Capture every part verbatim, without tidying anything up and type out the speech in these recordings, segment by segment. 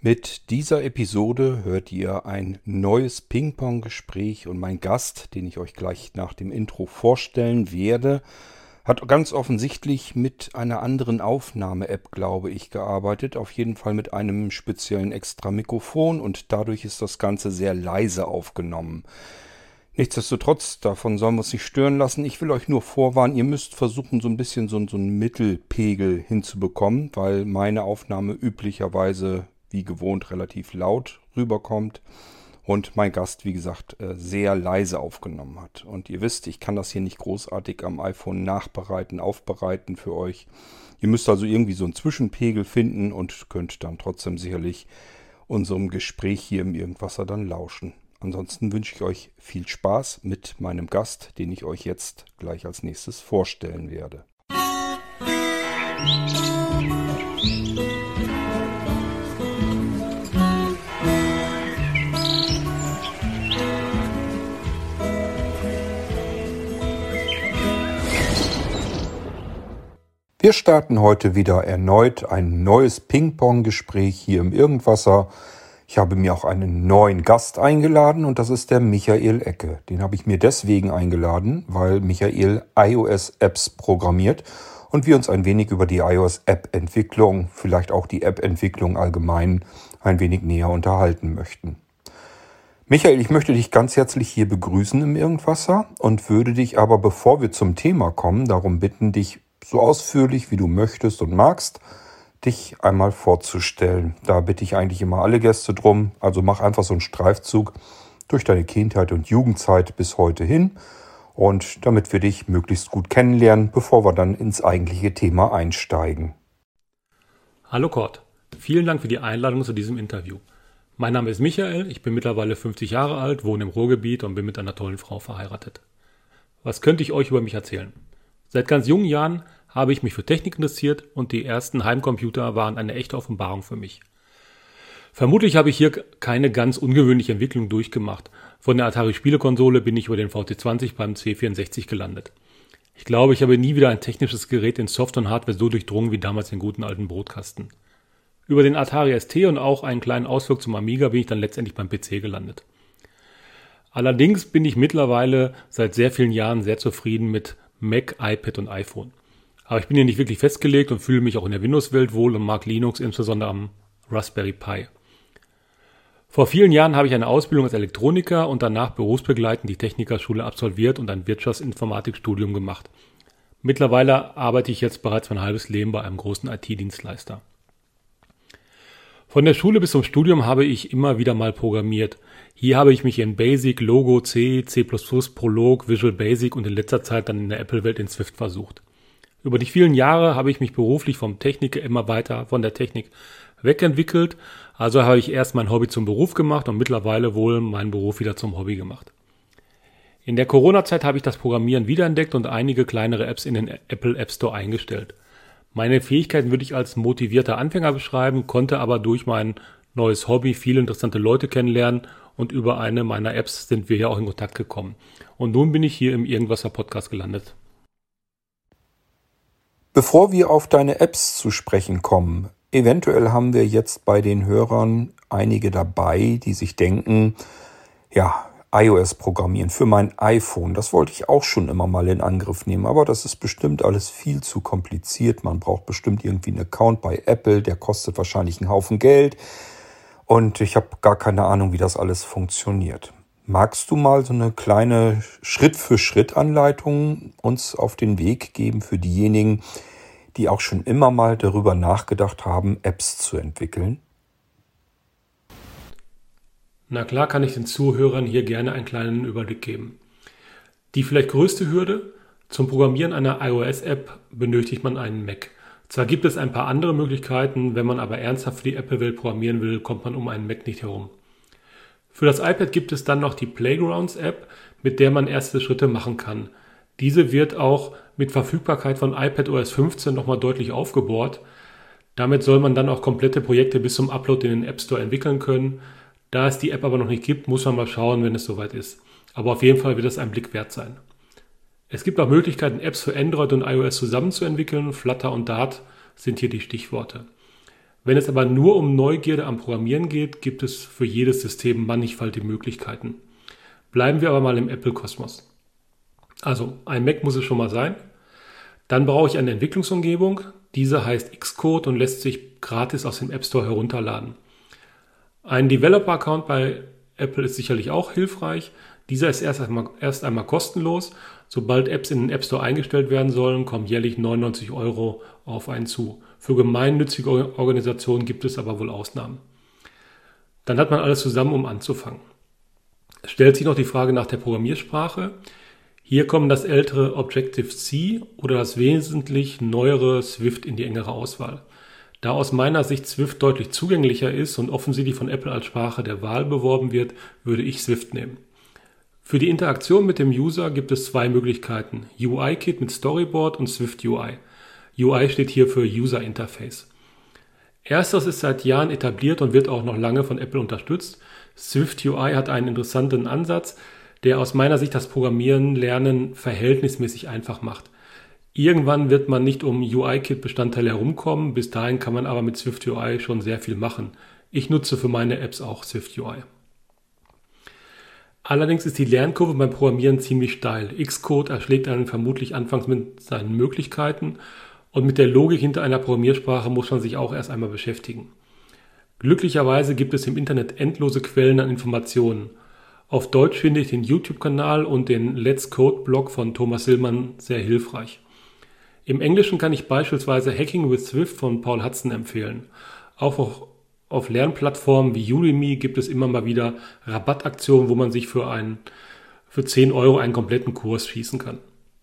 Mit dieser Episode hört ihr ein neues Ping-Pong-Gespräch und mein Gast, den ich euch gleich nach dem Intro vorstellen werde, hat ganz offensichtlich mit einer anderen Aufnahme-App, glaube ich, gearbeitet. Auf jeden Fall mit einem speziellen Extra-Mikrofon und dadurch ist das Ganze sehr leise aufgenommen. Nichtsdestotrotz, davon sollen wir uns nicht stören lassen. Ich will euch nur vorwarnen, ihr müsst versuchen, so ein bisschen so, so einen Mittelpegel hinzubekommen, weil meine Aufnahme üblicherweise wie gewohnt relativ laut rüberkommt und mein Gast, wie gesagt, sehr leise aufgenommen hat. Und ihr wisst, ich kann das hier nicht großartig am iPhone nachbereiten, aufbereiten für euch. Ihr müsst also irgendwie so einen Zwischenpegel finden und könnt dann trotzdem sicherlich unserem Gespräch hier im Irgendwasser dann lauschen. Ansonsten wünsche ich euch viel Spaß mit meinem Gast, den ich euch jetzt gleich als nächstes vorstellen werde. Wir starten heute wieder erneut ein neues Ping-Pong-Gespräch hier im Irgendwasser. Ich habe mir auch einen neuen Gast eingeladen und das ist der Michael Ecke. Den habe ich mir deswegen eingeladen, weil Michael iOS-Apps programmiert und wir uns ein wenig über die iOS-App-Entwicklung, vielleicht auch die App-Entwicklung allgemein, ein wenig näher unterhalten möchten. Michael, ich möchte dich ganz herzlich hier begrüßen im Irgendwasser und würde dich aber, bevor wir zum Thema kommen, darum bitten, dich so ausführlich wie du möchtest und magst, dich einmal vorzustellen. Da bitte ich eigentlich immer alle Gäste drum. Also mach einfach so einen Streifzug durch deine Kindheit und Jugendzeit bis heute hin. Und damit wir dich möglichst gut kennenlernen, bevor wir dann ins eigentliche Thema einsteigen. Hallo Kurt, vielen Dank für die Einladung zu diesem Interview. Mein Name ist Michael, ich bin mittlerweile fünfzig Jahre alt, wohne im Ruhrgebiet und bin mit einer tollen Frau verheiratet. Was könnte ich euch über mich erzählen? Seit ganz jungen Jahren habe ich mich für Technik interessiert und die ersten Heimcomputer waren eine echte Offenbarung für mich. Vermutlich habe ich hier keine ganz ungewöhnliche Entwicklung durchgemacht. Von der Atari-Spielekonsole bin ich über den V C zwanzig beim C vierundsechzig gelandet. Ich glaube, ich habe nie wieder ein technisches Gerät in Software und Hardware so durchdrungen wie damals den guten alten Brotkasten. Über den Atari S T und auch einen kleinen Ausflug zum Amiga bin ich dann letztendlich beim P C gelandet. Allerdings bin ich mittlerweile seit sehr vielen Jahren sehr zufrieden mit Mac, iPad und iPhone. Aber ich bin hier nicht wirklich festgelegt und fühle mich auch in der Windows-Welt wohl und mag Linux, insbesondere am Raspberry Pi. Vor vielen Jahren habe ich eine Ausbildung als Elektroniker und danach berufsbegleitend die Technikerschule absolviert und ein Wirtschaftsinformatikstudium gemacht. Mittlerweile arbeite ich jetzt bereits mein halbes Leben bei einem großen I T-Dienstleister. Von der Schule bis zum Studium habe ich immer wieder mal programmiert. Hier habe ich mich in Basic, Logo, C, C plus plus, Prolog, Visual Basic und in letzter Zeit dann in der Apple-Welt in Swift versucht. Über die vielen Jahre habe ich mich beruflich vom Techniker immer weiter von der Technik wegentwickelt. Also habe ich erst mein Hobby zum Beruf gemacht und mittlerweile wohl meinen Beruf wieder zum Hobby gemacht. In der Corona-Zeit habe ich das Programmieren wiederentdeckt und einige kleinere Apps in den Apple App Store eingestellt. Meine Fähigkeiten würde ich als motivierter Anfänger beschreiben, konnte aber durch mein neues Hobby viele interessante Leute kennenlernen und über eine meiner Apps sind wir ja auch in Kontakt gekommen. Und nun bin ich hier im Irgendwasser Podcast gelandet. Bevor wir auf deine Apps zu sprechen kommen, eventuell haben wir jetzt bei den Hörern einige dabei, die sich denken, ja, iOS programmieren für mein iPhone, das wollte ich auch schon immer mal in Angriff nehmen, aber das ist bestimmt alles viel zu kompliziert. Man braucht bestimmt irgendwie einen Account bei Apple, der kostet wahrscheinlich einen Haufen Geld und ich habe gar keine Ahnung, wie das alles funktioniert. Magst du mal so eine kleine Schritt-für-Schritt-Anleitung uns auf den Weg geben für diejenigen, die auch schon immer mal darüber nachgedacht haben, Apps zu entwickeln? Na klar, kann ich den Zuhörern hier gerne einen kleinen Überblick geben. Die vielleicht größte Hürde: Zum Programmieren einer iOS-App benötigt man einen Mac. Zwar gibt es ein paar andere Möglichkeiten, wenn man aber ernsthaft für die Apple-Welt programmieren will, kommt man um einen Mac nicht herum. Für das iPad gibt es dann noch die Playgrounds-App, mit der man erste Schritte machen kann. Diese wird auch mit Verfügbarkeit von iPadOS fünfzehn nochmal deutlich aufgebohrt. Damit soll man dann auch komplette Projekte bis zum Upload in den App Store entwickeln können. Da es die App aber noch nicht gibt, muss man mal schauen, wenn es soweit ist. Aber auf jeden Fall wird es ein Blick wert sein. Es gibt auch Möglichkeiten, Apps für Android und iOS zusammen zu entwickeln. Flutter und Dart sind hier die Stichworte. Wenn es aber nur um Neugierde am Programmieren geht, gibt es für jedes System mannigfaltige Möglichkeiten. Bleiben wir aber mal im Apple-Kosmos. Also ein Mac muss es schon mal sein. Dann brauche ich eine Entwicklungsumgebung. Diese heißt Xcode und lässt sich gratis aus dem App Store herunterladen. Ein Developer-Account bei Apple ist sicherlich auch hilfreich. Dieser ist erst einmal, erst einmal kostenlos. Sobald Apps in den App Store eingestellt werden sollen, kommen jährlich neunundneunzig Euro auf einen zu. Für gemeinnützige Organisationen gibt es aber wohl Ausnahmen. Dann hat man alles zusammen, um anzufangen. Es stellt sich noch die Frage nach der Programmiersprache. Hier kommen das ältere Objective-C oder das wesentlich neuere Swift in die engere Auswahl. Da aus meiner Sicht Swift deutlich zugänglicher ist und offensichtlich von Apple als Sprache der Wahl beworben wird, würde ich Swift nehmen. Für die Interaktion mit dem User gibt es zwei Möglichkeiten: U I-Kit mit Storyboard und Swift U I. U I steht hier für User Interface. Ersteres ist seit Jahren etabliert und wird auch noch lange von Apple unterstützt. Swift U I hat einen interessanten Ansatz, der aus meiner Sicht das Programmieren lernen verhältnismäßig einfach macht. Irgendwann wird man nicht um U I-Kit-Bestandteile herumkommen, bis dahin kann man aber mit Swift U I schon sehr viel machen. Ich nutze für meine Apps auch Swift U I. Allerdings ist die Lernkurve beim Programmieren ziemlich steil. Xcode erschlägt einen vermutlich anfangs mit seinen Möglichkeiten und mit der Logik hinter einer Programmiersprache muss man sich auch erst einmal beschäftigen. Glücklicherweise gibt es im Internet endlose Quellen an Informationen. Auf Deutsch finde ich den YouTube-Kanal und den Let's Code-Blog von Thomas Hillmann sehr hilfreich. Im Englischen kann ich beispielsweise Hacking with Swift von Paul Hudson empfehlen. Auch auf Lernplattformen wie Udemy gibt es immer mal wieder Rabattaktionen, wo man sich für, einen, für zehn Euro einen kompletten Kurs schießen kann.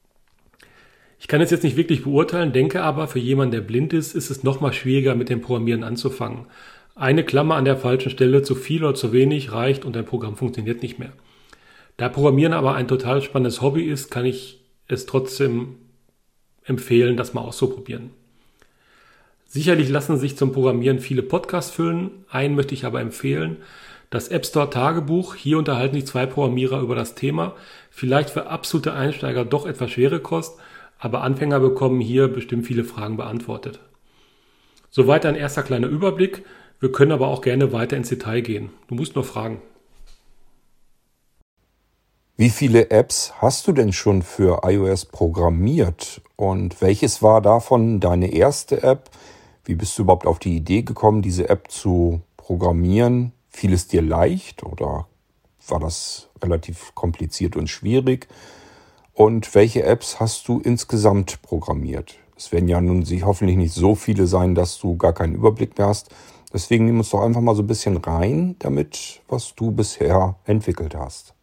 Ich kann es jetzt nicht wirklich beurteilen, denke aber, für jemanden, der blind ist, ist es nochmal schwieriger, mit dem Programmieren anzufangen. Eine Klammer an der falschen Stelle, zu viel oder zu wenig, reicht und dein Programm funktioniert nicht mehr. Da Programmieren aber ein total spannendes Hobby ist, kann ich es trotzdem empfehlen, das mal auszuprobieren. Sicherlich lassen sich zum Programmieren viele Podcasts füllen, einen möchte ich aber empfehlen, das App Store Tagebuch. Hier unterhalten sich zwei Programmierer über das Thema, vielleicht für absolute Einsteiger doch etwas schwere Kost, aber Anfänger bekommen hier bestimmt viele Fragen beantwortet. Soweit ein erster kleiner Überblick, wir können aber auch gerne weiter ins Detail gehen. Du musst nur fragen. Wie viele Apps hast du denn schon für iOS programmiert? Und welches war davon deine erste App? Wie bist du überhaupt auf die Idee gekommen, diese App zu programmieren? Fiel es dir leicht oder war das relativ kompliziert und schwierig? Und welche Apps hast du insgesamt programmiert? Es werden ja nun hoffentlich nicht so viele sein, dass du gar keinen Überblick mehr hast. Deswegen nimm uns doch einfach mal so ein bisschen rein damit, was du bisher entwickelt hast.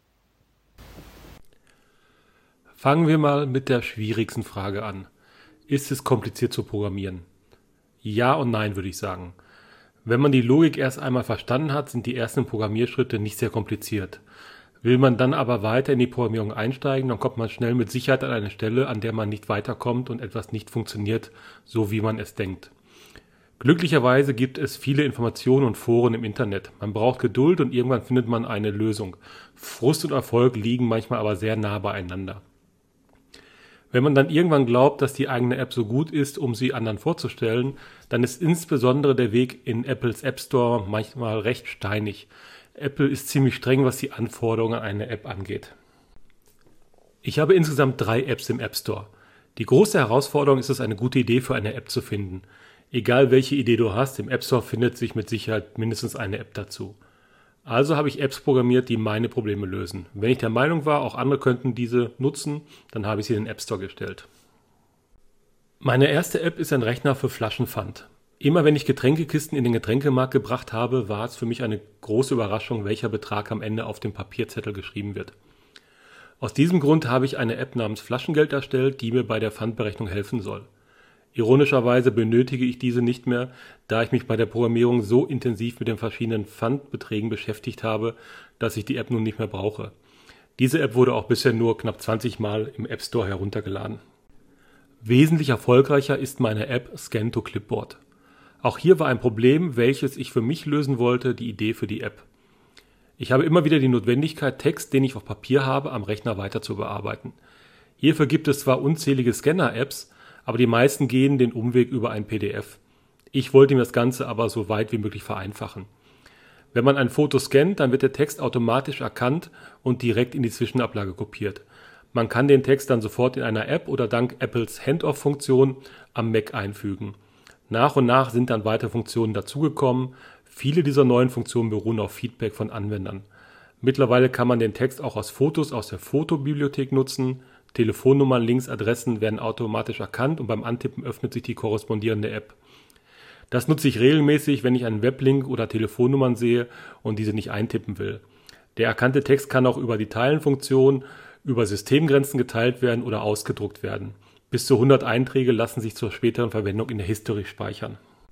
Fangen wir mal mit der schwierigsten Frage an. Ist es kompliziert zu programmieren? Ja und nein, würde ich sagen. Wenn man die Logik erst einmal verstanden hat, sind die ersten Programmierschritte nicht sehr kompliziert. Will man dann aber weiter in die Programmierung einsteigen, dann kommt man schnell mit Sicherheit an eine Stelle, an der man nicht weiterkommt und etwas nicht funktioniert, so wie man es denkt. Glücklicherweise gibt es viele Informationen und Foren im Internet. Man braucht Geduld und irgendwann findet man eine Lösung. Frust und Erfolg liegen manchmal aber sehr nah beieinander. Wenn man dann irgendwann glaubt, dass die eigene App so gut ist, um sie anderen vorzustellen, dann ist insbesondere der Weg in Apples App Store manchmal recht steinig. Apple ist ziemlich streng, was die Anforderungen an eine App angeht. Ich habe insgesamt drei Apps im App Store. Die große Herausforderung ist es, eine gute Idee für eine App zu finden. Egal welche Idee du hast, im App Store findet sich mit Sicherheit mindestens eine App dazu. Also habe ich Apps programmiert, die meine Probleme lösen. Wenn ich der Meinung war, auch andere könnten diese nutzen, dann habe ich sie in den App Store gestellt. Meine erste App ist ein Rechner für Flaschenpfand. Immer wenn ich Getränkekisten in den Getränkemarkt gebracht habe, war es für mich eine große Überraschung, welcher Betrag am Ende auf dem Papierzettel geschrieben wird. Aus diesem Grund habe ich eine App namens Flaschengeld erstellt, die mir bei der Pfandberechnung helfen soll. Ironischerweise benötige ich diese nicht mehr, da ich mich bei der Programmierung so intensiv mit den verschiedenen Pfandbeträgen beschäftigt habe, dass ich die App nun nicht mehr brauche. Diese App wurde auch bisher nur knapp zwanzig Mal im App Store heruntergeladen. Wesentlich erfolgreicher ist meine App Scan to Clipboard. Auch hier war ein Problem, welches ich für mich lösen wollte, die Idee für die App. Ich habe immer wieder die Notwendigkeit, Text, den ich auf Papier habe, am Rechner weiter zu bearbeiten. Hierfür gibt es zwar unzählige Scanner-Apps, aber die meisten gehen den Umweg über ein P D F. Ich wollte mir das Ganze aber so weit wie möglich vereinfachen. Wenn man ein Foto scannt, dann wird der Text automatisch erkannt und direkt in die Zwischenablage kopiert. Man kann den Text dann sofort in einer App oder dank Apples Handoff-Funktion am Mac einfügen. Nach und nach sind dann weitere Funktionen dazugekommen. Viele dieser neuen Funktionen beruhen auf Feedback von Anwendern. Mittlerweile kann man den Text auch aus Fotos aus der Fotobibliothek nutzen. Telefonnummern, Links, Adressen werden automatisch erkannt und beim Antippen öffnet sich die korrespondierende App. Das nutze ich regelmäßig, wenn ich einen Weblink oder Telefonnummern sehe und diese nicht eintippen will. Der erkannte Text kann auch über die Teilen-Funktion über Systemgrenzen geteilt werden oder ausgedruckt werden. Bis zu hundert Einträge lassen sich zur späteren Verwendung in der History speichern.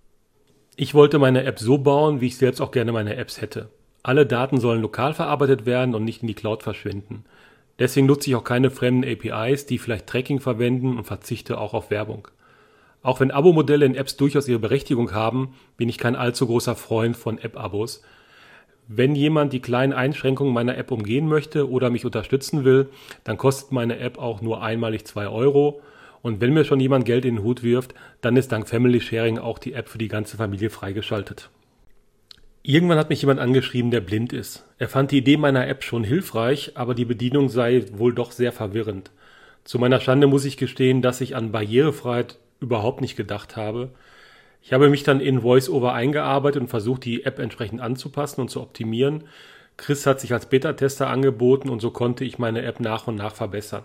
Ich wollte meine App so bauen, wie ich selbst auch gerne meine Apps hätte. Alle Daten sollen lokal verarbeitet werden und nicht in die Cloud verschwinden. Deswegen nutze ich auch keine fremden A P Is, die vielleicht Tracking verwenden und verzichte auch auf Werbung. Auch wenn Abo-Modelle in Apps durchaus ihre Berechtigung haben, bin ich kein allzu großer Freund von App-Abos. Wenn jemand die kleinen Einschränkungen meiner App umgehen möchte oder mich unterstützen will, dann kostet meine App auch nur einmalig zwei Euro. Und wenn mir schon jemand Geld in den Hut wirft, dann ist dank Family Sharing auch die App für die ganze Familie freigeschaltet. Irgendwann hat mich jemand angeschrieben, der blind ist. Er fand die Idee meiner App schon hilfreich, aber die Bedienung sei wohl doch sehr verwirrend. Zu meiner Schande muss ich gestehen, dass ich an Barrierefreiheit überhaupt nicht gedacht habe. Ich habe mich dann in VoiceOver eingearbeitet und versucht, die App entsprechend anzupassen und zu optimieren. Chris hat sich als Beta-Tester angeboten und so konnte ich meine App nach und nach verbessern.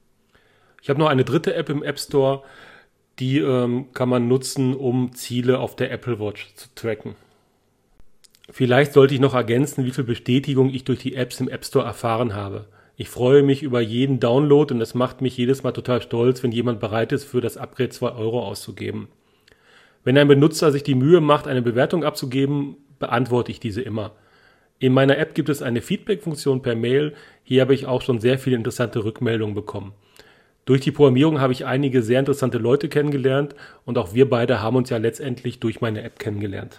Ich habe noch eine dritte App im App Store, die ähm, kann man nutzen, um Ziele auf der Apple Watch zu tracken. Vielleicht sollte ich noch ergänzen, wie viel Bestätigung ich durch die Apps im App Store erfahren habe. Ich freue mich über jeden Download und es macht mich jedes Mal total stolz, wenn jemand bereit ist, für das Upgrade zwei Euro auszugeben. Wenn ein Benutzer sich die Mühe macht, eine Bewertung abzugeben, beantworte ich diese immer. In meiner App gibt es eine Feedback-Funktion per Mail. Hier habe ich auch schon sehr viele interessante Rückmeldungen bekommen. Durch die Programmierung habe ich einige sehr interessante Leute kennengelernt und auch wir beide haben uns ja letztendlich durch meine App kennengelernt.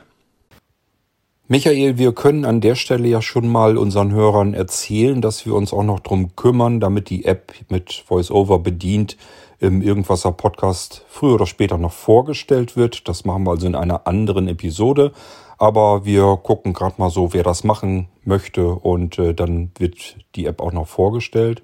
Michael, wir können an der Stelle ja schon mal unseren Hörern erzählen, dass wir uns auch noch drum kümmern, damit die App mit VoiceOver bedient im Irgendwasser Podcast früher oder später noch vorgestellt wird. Das machen wir also in einer anderen Episode. Aber wir gucken gerade mal so, wer das machen möchte und äh, dann wird die App auch noch vorgestellt.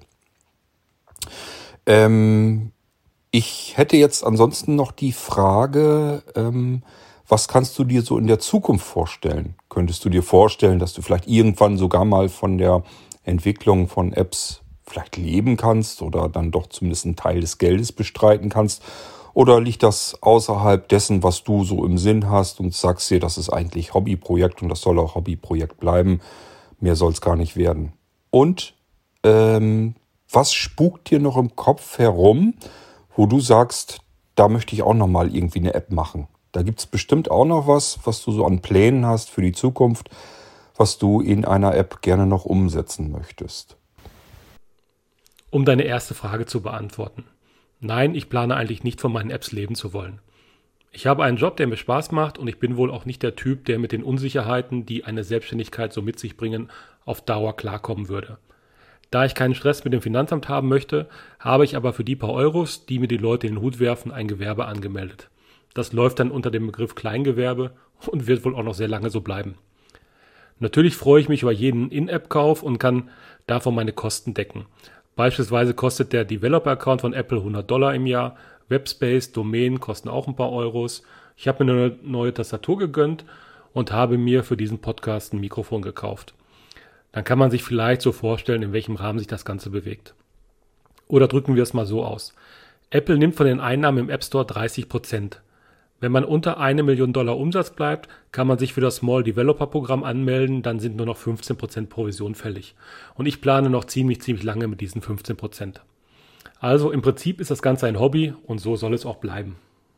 Ähm, ich hätte jetzt ansonsten noch die Frage, ähm, was kannst du dir so in der Zukunft vorstellen? Könntest du dir vorstellen, dass du vielleicht irgendwann sogar mal von der Entwicklung von Apps vielleicht leben kannst oder dann doch zumindest einen Teil des Geldes bestreiten kannst? Oder liegt das außerhalb dessen, was du so im Sinn hast und sagst dir, das ist eigentlich Hobbyprojekt und das soll auch Hobbyprojekt bleiben? Mehr soll es gar nicht werden. Und ähm, was spukt dir noch im Kopf herum, wo du sagst, da möchte ich auch noch mal irgendwie eine App machen? Da gibt es bestimmt auch noch was, was du so an Plänen hast für die Zukunft, was du in einer App gerne noch umsetzen möchtest. Um deine erste Frage zu beantworten. Nein, ich plane eigentlich nicht von meinen Apps leben zu wollen. Ich habe einen Job, der mir Spaß macht und ich bin wohl auch nicht der Typ, der mit den Unsicherheiten, die eine Selbstständigkeit so mit sich bringen, auf Dauer klarkommen würde. Da ich keinen Stress mit dem Finanzamt haben möchte, habe ich aber für die paar Euros, die mir die Leute in den Hut werfen, ein Gewerbe angemeldet. Das läuft dann unter dem Begriff Kleingewerbe und wird wohl auch noch sehr lange so bleiben. Natürlich freue ich mich über jeden In-App-Kauf und kann davon meine Kosten decken. Beispielsweise kostet der Developer-Account von Apple hundert Dollar im Jahr, Webspace, Domain kosten auch ein paar Euros. Ich habe mir eine neue Tastatur gegönnt und habe mir für diesen Podcast ein Mikrofon gekauft. Dann kann man sich vielleicht so vorstellen, in welchem Rahmen sich das Ganze bewegt. Oder drücken wir es mal so aus. Apple nimmt von den Einnahmen im App Store dreißig Prozent. Wenn man unter eine Million Dollar Umsatz bleibt, kann man sich für das Small Developer Programm anmelden, dann sind nur noch fünfzehn Prozent Provision fällig. Und ich plane noch ziemlich, ziemlich lange mit diesen fünfzehn Prozent. Also im Prinzip ist das Ganze ein Hobby und so soll es auch bleiben.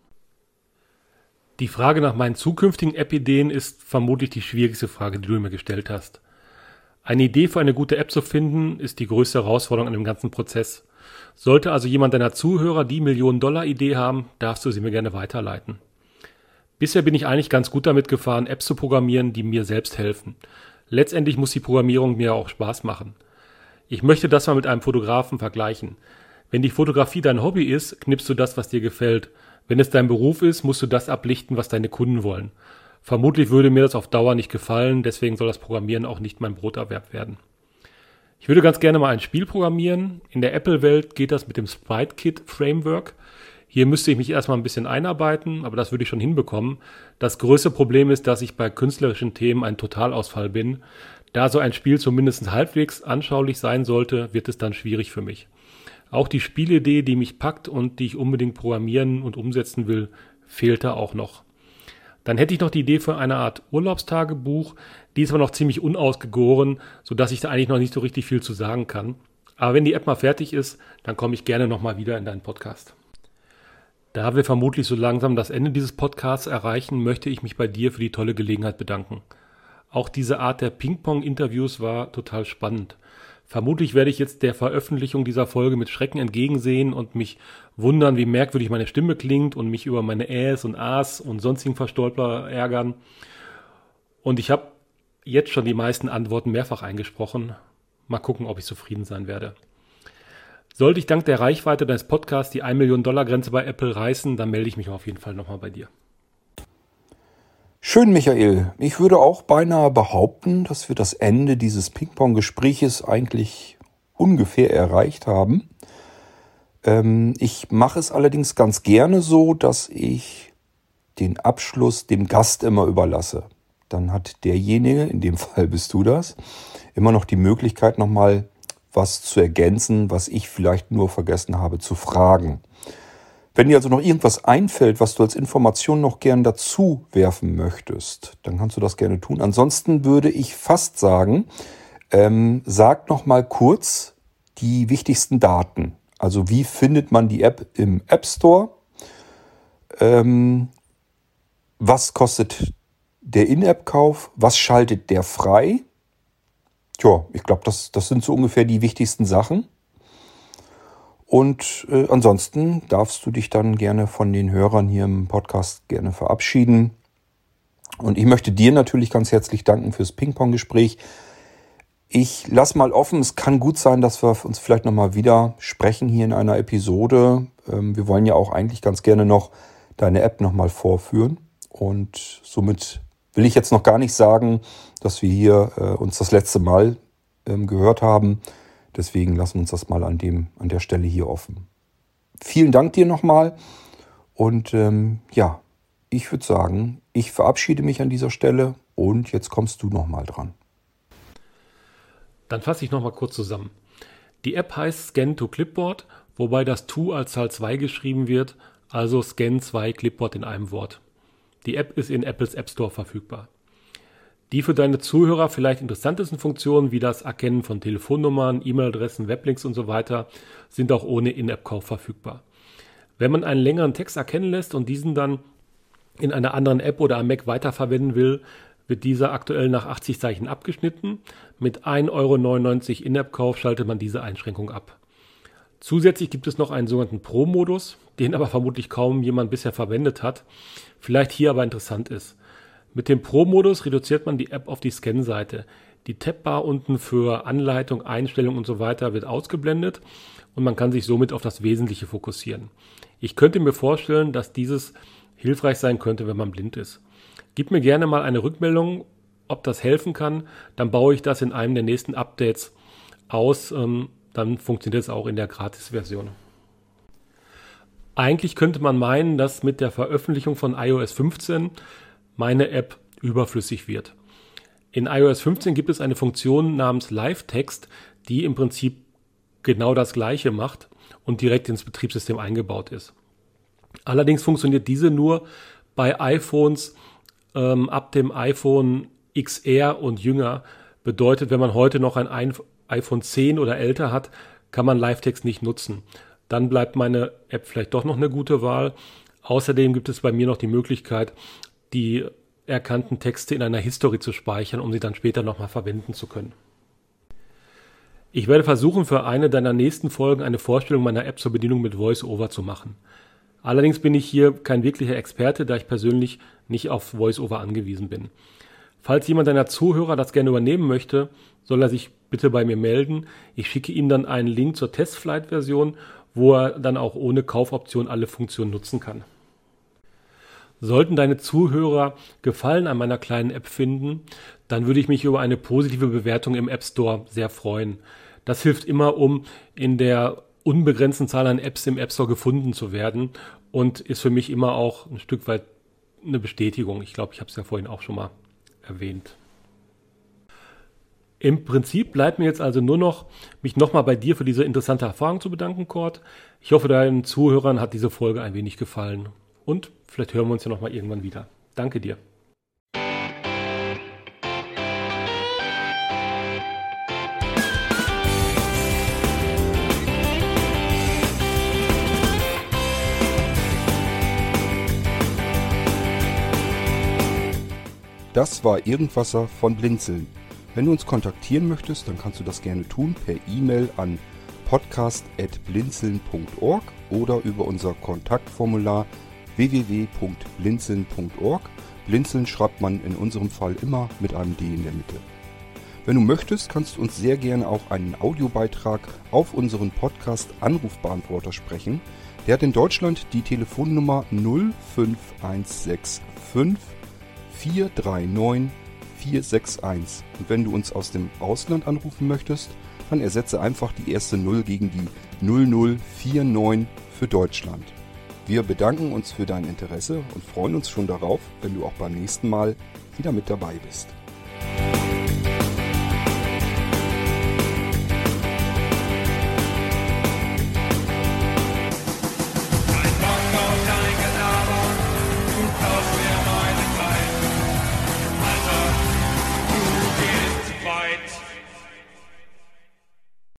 Die Frage nach meinen zukünftigen App-Ideen ist vermutlich die schwierigste Frage, die du mir gestellt hast. Eine Idee für eine gute App zu finden, ist die größte Herausforderung an dem ganzen Prozess. Sollte also jemand deiner Zuhörer die Millionen-Dollar-Idee haben, darfst du sie mir gerne weiterleiten. Bisher bin ich eigentlich ganz gut damit gefahren, Apps zu programmieren, die mir selbst helfen. Letztendlich muss die Programmierung mir auch Spaß machen. Ich möchte das mal mit einem Fotografen vergleichen. Wenn die Fotografie dein Hobby ist, knippst du das, was dir gefällt. Wenn es dein Beruf ist, musst du das ablichten, was deine Kunden wollen. Vermutlich würde mir das auf Dauer nicht gefallen, deswegen soll das Programmieren auch nicht mein Broterwerb werden. Ich würde ganz gerne mal ein Spiel programmieren. In der Apple-Welt geht das mit dem SpriteKit-Framework. Hier müsste ich mich erstmal ein bisschen einarbeiten, aber das würde ich schon hinbekommen. Das größte Problem ist, dass ich bei künstlerischen Themen ein Totalausfall bin. Da so ein Spiel zumindest halbwegs anschaulich sein sollte, wird es dann schwierig für mich. Auch die Spielidee, die mich packt und die ich unbedingt programmieren und umsetzen will, fehlt da auch noch. Dann hätte ich noch die Idee für eine Art Urlaubstagebuch. Die ist aber noch ziemlich unausgegoren, sodass ich da eigentlich noch nicht so richtig viel zu sagen kann. Aber wenn die App mal fertig ist, dann komme ich gerne nochmal wieder in deinen Podcast. Da wir vermutlich so langsam das Ende dieses Podcasts erreichen, möchte ich mich bei dir für die tolle Gelegenheit bedanken. Auch diese Art der Ping-Pong-Interviews war total spannend. Vermutlich werde ich jetzt der Veröffentlichung dieser Folge mit Schrecken entgegensehen und mich wundern, wie merkwürdig meine Stimme klingt und mich über meine Äs und As und sonstigen Verstolper ärgern. Und ich habe jetzt schon die meisten Antworten mehrfach eingesprochen. Mal gucken, ob ich zufrieden sein werde. Sollte ich dank der Reichweite deines Podcasts die ein Million Dollar Grenze bei Apple reißen, dann melde ich mich auf jeden Fall nochmal bei dir. Schön, Michael. Ich würde auch beinahe behaupten, dass wir das Ende dieses Ping-Pong-Gespräches eigentlich ungefähr erreicht haben. Ähm, ich mache es allerdings ganz gerne so, dass ich den Abschluss dem Gast immer überlasse. Dann hat derjenige, in dem Fall bist du das, immer noch die Möglichkeit, nochmal was zu ergänzen, was ich vielleicht nur vergessen habe zu fragen. Wenn dir also noch irgendwas einfällt, was du als Information noch gern dazu werfen möchtest, dann kannst du das gerne tun. Ansonsten würde ich fast sagen, ähm, sag noch mal kurz die wichtigsten Daten. Also wie findet man die App im App Store? Ähm, was kostet der In-App-Kauf? Was schaltet der frei? Tja, ich glaube, das, das sind so ungefähr die wichtigsten Sachen. Und äh, ansonsten darfst du dich dann gerne von den Hörern hier im Podcast gerne verabschieden. Und ich möchte dir natürlich ganz herzlich danken fürs Ping-Pong-Gespräch. Ich lasse mal offen, es kann gut sein, dass wir uns vielleicht nochmal wieder sprechen hier in einer Episode. Ähm, wir wollen ja auch eigentlich ganz gerne noch deine App nochmal vorführen. Und somit will ich jetzt noch gar nicht sagen, dass wir hier äh, uns das letzte Mal ähm, gehört haben. Deswegen lassen wir uns das mal an, dem, an der Stelle hier offen. Vielen Dank dir nochmal. Und ähm, ja, ich würde sagen, ich verabschiede mich an dieser Stelle und jetzt kommst du nochmal dran. Dann fasse ich nochmal kurz zusammen. Die App heißt Scan to Clipboard, wobei das To als Zahl zwei geschrieben wird, also Scan zwei Clipboard in einem Wort. Die App ist in Apples App Store verfügbar. Die für deine Zuhörer vielleicht interessantesten Funktionen wie das Erkennen von Telefonnummern, E-Mail-Adressen, Weblinks und so weiter sind auch ohne In-App-Kauf verfügbar. Wenn man einen längeren Text erkennen lässt und diesen dann in einer anderen App oder am Mac weiterverwenden will, wird dieser aktuell nach achtzig Zeichen abgeschnitten. Mit ein Euro neunundneunzig In-App-Kauf schaltet man diese Einschränkung ab. Zusätzlich gibt es noch einen sogenannten Pro-Modus, den aber vermutlich kaum jemand bisher verwendet hat, vielleicht hier aber interessant ist. Mit dem Pro-Modus reduziert man die App auf die Scan-Seite. Die Tabbar unten für Anleitung, Einstellung und so weiter wird ausgeblendet und man kann sich somit auf das Wesentliche fokussieren. Ich könnte mir vorstellen, dass dieses hilfreich sein könnte, wenn man blind ist. Gib mir gerne mal eine Rückmeldung, ob das helfen kann. Dann baue ich das in einem der nächsten Updates aus. Dann funktioniert es auch in der Gratis-Version. Eigentlich könnte man meinen, dass mit der Veröffentlichung von i O S fünfzehn meine App überflüssig wird. In i O S fünfzehn gibt es eine Funktion namens Live-Text, die im Prinzip genau das Gleiche macht und direkt ins Betriebssystem eingebaut ist. Allerdings funktioniert diese nur bei iPhones ähm, ab dem iPhone X R und jünger. Bedeutet, wenn man heute noch ein iPhone zehn oder älter hat, kann man Live-Text nicht nutzen. Dann bleibt meine App vielleicht doch noch eine gute Wahl. Außerdem gibt es bei mir noch die Möglichkeit, die erkannten Texte in einer History zu speichern, um sie dann später nochmal verwenden zu können. Ich werde versuchen, für eine deiner nächsten Folgen eine Vorstellung meiner App zur Bedienung mit VoiceOver zu machen. Allerdings bin ich hier kein wirklicher Experte, da ich persönlich nicht auf VoiceOver angewiesen bin. Falls jemand deiner Zuhörer das gerne übernehmen möchte, soll er sich bitte bei mir melden. Ich schicke ihm dann einen Link zur Testflight-Version, wo er dann auch ohne Kaufoption alle Funktionen nutzen kann. Sollten deine Zuhörer Gefallen an meiner kleinen App finden, dann würde ich mich über eine positive Bewertung im App Store sehr freuen. Das hilft immer, um in der unbegrenzten Zahl an Apps im App Store gefunden zu werden und ist für mich immer auch ein Stück weit eine Bestätigung. Ich glaube, ich habe es ja vorhin auch schon mal erwähnt. Im Prinzip bleibt mir jetzt also nur noch, mich nochmal bei dir für diese interessante Erfahrung zu bedanken, Kurt. Ich hoffe, deinen Zuhörern hat diese Folge ein wenig gefallen. Und vielleicht hören wir uns ja nochmal irgendwann wieder. Danke dir. Das war Irgendwasser von Blinzeln. Wenn du uns kontaktieren möchtest, dann kannst du das gerne tun per E-Mail an podcast at blinzeln punkt org oder über unser Kontaktformular w w w punkt blinzeln punkt org. Blinzeln schreibt man in unserem Fall immer mit einem D in der Mitte. Wenn du möchtest, kannst du uns sehr gerne auch einen Audiobeitrag auf unseren Podcast Anrufbeantworter sprechen. Der hat in Deutschland die Telefonnummer null fünf eins sechs fünf vier drei neun vier sechs eins. Und wenn du uns aus dem Ausland anrufen möchtest, dann ersetze einfach die erste null gegen die null null vier neun für Deutschland. Wir bedanken uns für dein Interesse und freuen uns schon darauf, wenn du auch beim nächsten Mal wieder mit dabei bist.